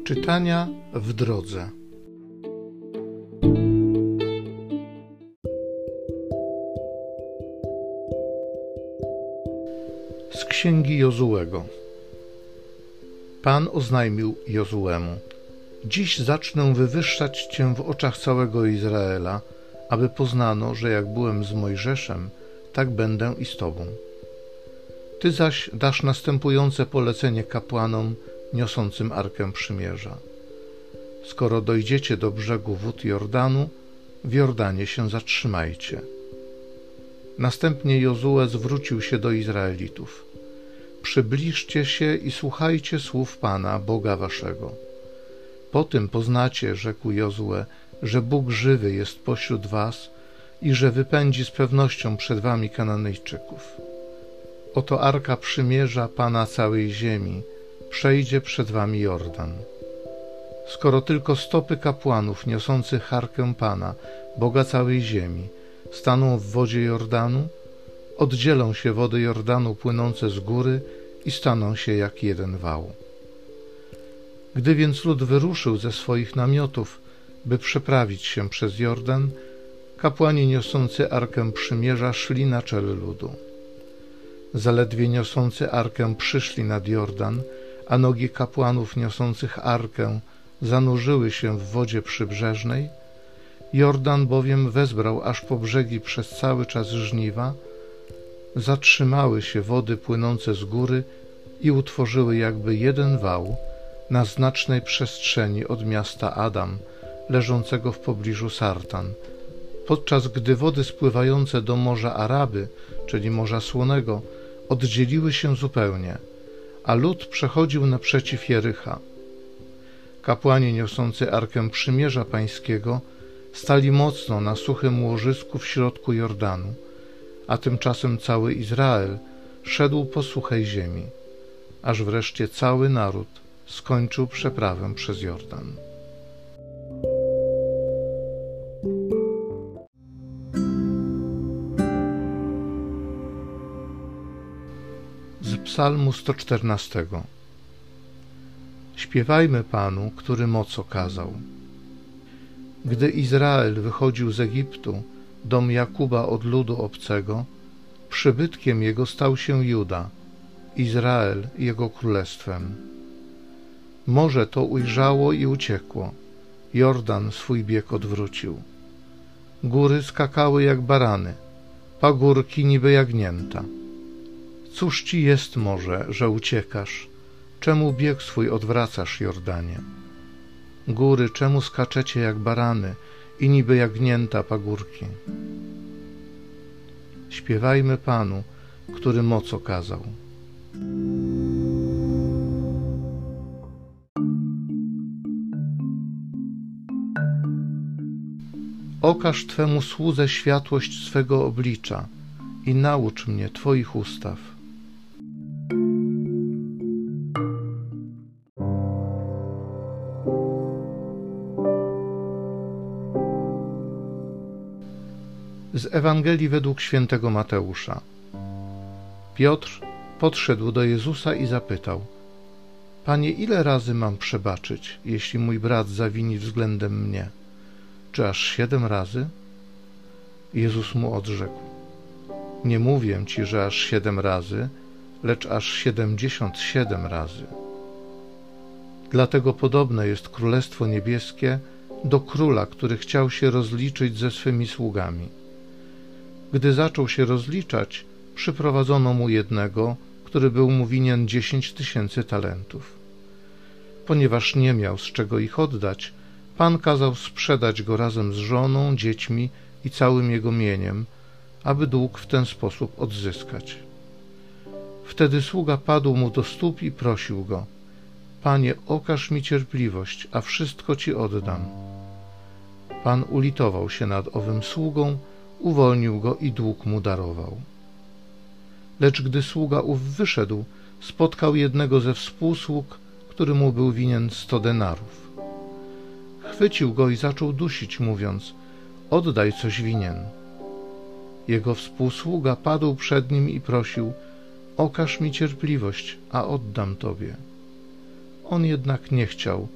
Czytania w drodze. Z księgi Jozułego. Pan oznajmił Jozułemu: dziś zacznę wywyższać Cię w oczach całego Izraela, aby poznano, że jak byłem z Mojżeszem, tak będę i z Tobą. Ty zaś dasz następujące polecenie kapłanom niosącym Arkę Przymierza. Skoro dojdziecie do brzegu wód Jordanu, w Jordanie się zatrzymajcie. Następnie Jozue zwrócił się do Izraelitów: przybliżcie się i słuchajcie słów Pana, Boga waszego. Po tym poznacie, rzekł Jozue, że Bóg żywy jest pośród was i że wypędzi z pewnością przed wami Kananejczyków. Oto Arka Przymierza Pana całej ziemi przejdzie przed wami Jordan. Skoro tylko stopy kapłanów niosących Arkę Pana, Boga całej ziemi, staną w wodzie Jordanu, oddzielą się wody Jordanu płynące z góry i staną się jak jeden wał. Gdy więc lud wyruszył ze swoich namiotów, by przeprawić się przez Jordan, kapłani niosący Arkę Przymierza szli na czele ludu. Zaledwie niosący Arkę przyszli nad Jordan, a nogi kapłanów niosących Arkę zanurzyły się w wodzie przybrzeżnej, Jordan bowiem wezbrał aż po brzegi przez cały czas żniwa, zatrzymały się wody płynące z góry i utworzyły jakby jeden wał na znacznej przestrzeni od miasta Adam, leżącego w pobliżu Sartan, podczas gdy wody spływające do Morza Araby, czyli Morza Słonego, oddzieliły się zupełnie, a lud przechodził naprzeciw Jericha. Kapłani niosący Arkę Przymierza Pańskiego stali mocno na suchym łożysku w środku Jordanu, a tymczasem cały Izrael szedł po suchej ziemi, aż wreszcie cały naród skończył przeprawę przez Jordan. Z Psalmu 114. Śpiewajmy Panu, który moc okazał. Gdy Izrael wychodził z Egiptu, dom Jakuba od ludu obcego, przybytkiem jego stał się Juda, Izrael jego królestwem. Morze to ujrzało i uciekło, Jordan swój bieg odwrócił. Góry skakały jak barany, pagórki niby jagnięta. Cóż ci jest, morze, że uciekasz? Czemu bieg swój odwracasz, Jordanie? Góry, czemu skaczecie jak barany i niby jagnięta pagórki? Śpiewajmy Panu, który moc okazał. Okaż Twemu słudze światłość swego oblicza i naucz mnie Twoich ustaw. Z Ewangelii według świętego Mateusza. Piotr podszedł do Jezusa i zapytał: Panie, ile razy mam przebaczyć, jeśli mój brat zawini względem mnie? Czy aż 7 razy? Jezus mu odrzekł: nie mówię ci, że aż 7 razy, lecz aż 77 razy. Dlatego podobne jest Królestwo Niebieskie do króla, który chciał się rozliczyć ze swymi sługami. Gdy zaczął się rozliczać, przyprowadzono mu jednego, który był mu winien 10 000 talentów. Ponieważ nie miał z czego ich oddać, Pan kazał sprzedać go razem z żoną, dziećmi i całym jego mieniem, aby dług w ten sposób odzyskać. Wtedy sługa padł mu do stóp i prosił go: Panie, okaż mi cierpliwość, a wszystko ci oddam. Pan ulitował się nad owym sługą, uwolnił go i dług mu darował. Lecz gdy sługa ów wyszedł, spotkał jednego ze współsług, który mu był winien 100 denarów. Chwycił go i zaczął dusić, mówiąc: oddaj, coś winien. Jego współsługa padł przed nim i prosił: okaż mi cierpliwość, a oddam tobie. On jednak nie chciał,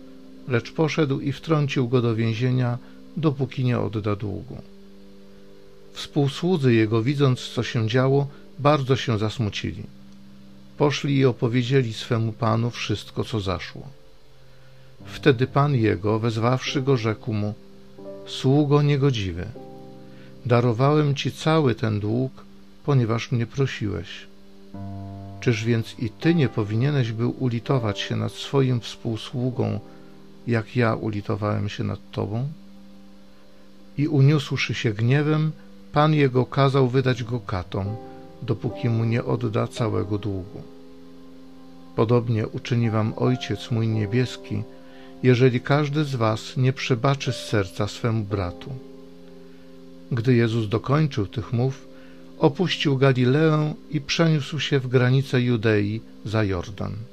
lecz poszedł i wtrącił go do więzienia, dopóki nie odda długu. Współsłudzy jego, widząc, co się działo, bardzo się zasmucili. Poszli i opowiedzieli swemu panu wszystko, co zaszło. Wtedy pan jego, wezwawszy go, rzekł mu: sługo niegodziwy, darowałem ci cały ten dług, ponieważ mnie prosiłeś. Czyż więc i ty nie powinieneś był ulitować się nad swoim współsługą, jak ja ulitowałem się nad tobą? I uniósłszy się gniewem, pan jego kazał wydać go katom, dopóki mu nie odda całego długu. Podobnie uczyni wam Ojciec mój niebieski, jeżeli każdy z was nie przebaczy z serca swemu bratu. Gdy Jezus dokończył tych mów, opuścił Galileę i przeniósł się w granice Judei za Jordan.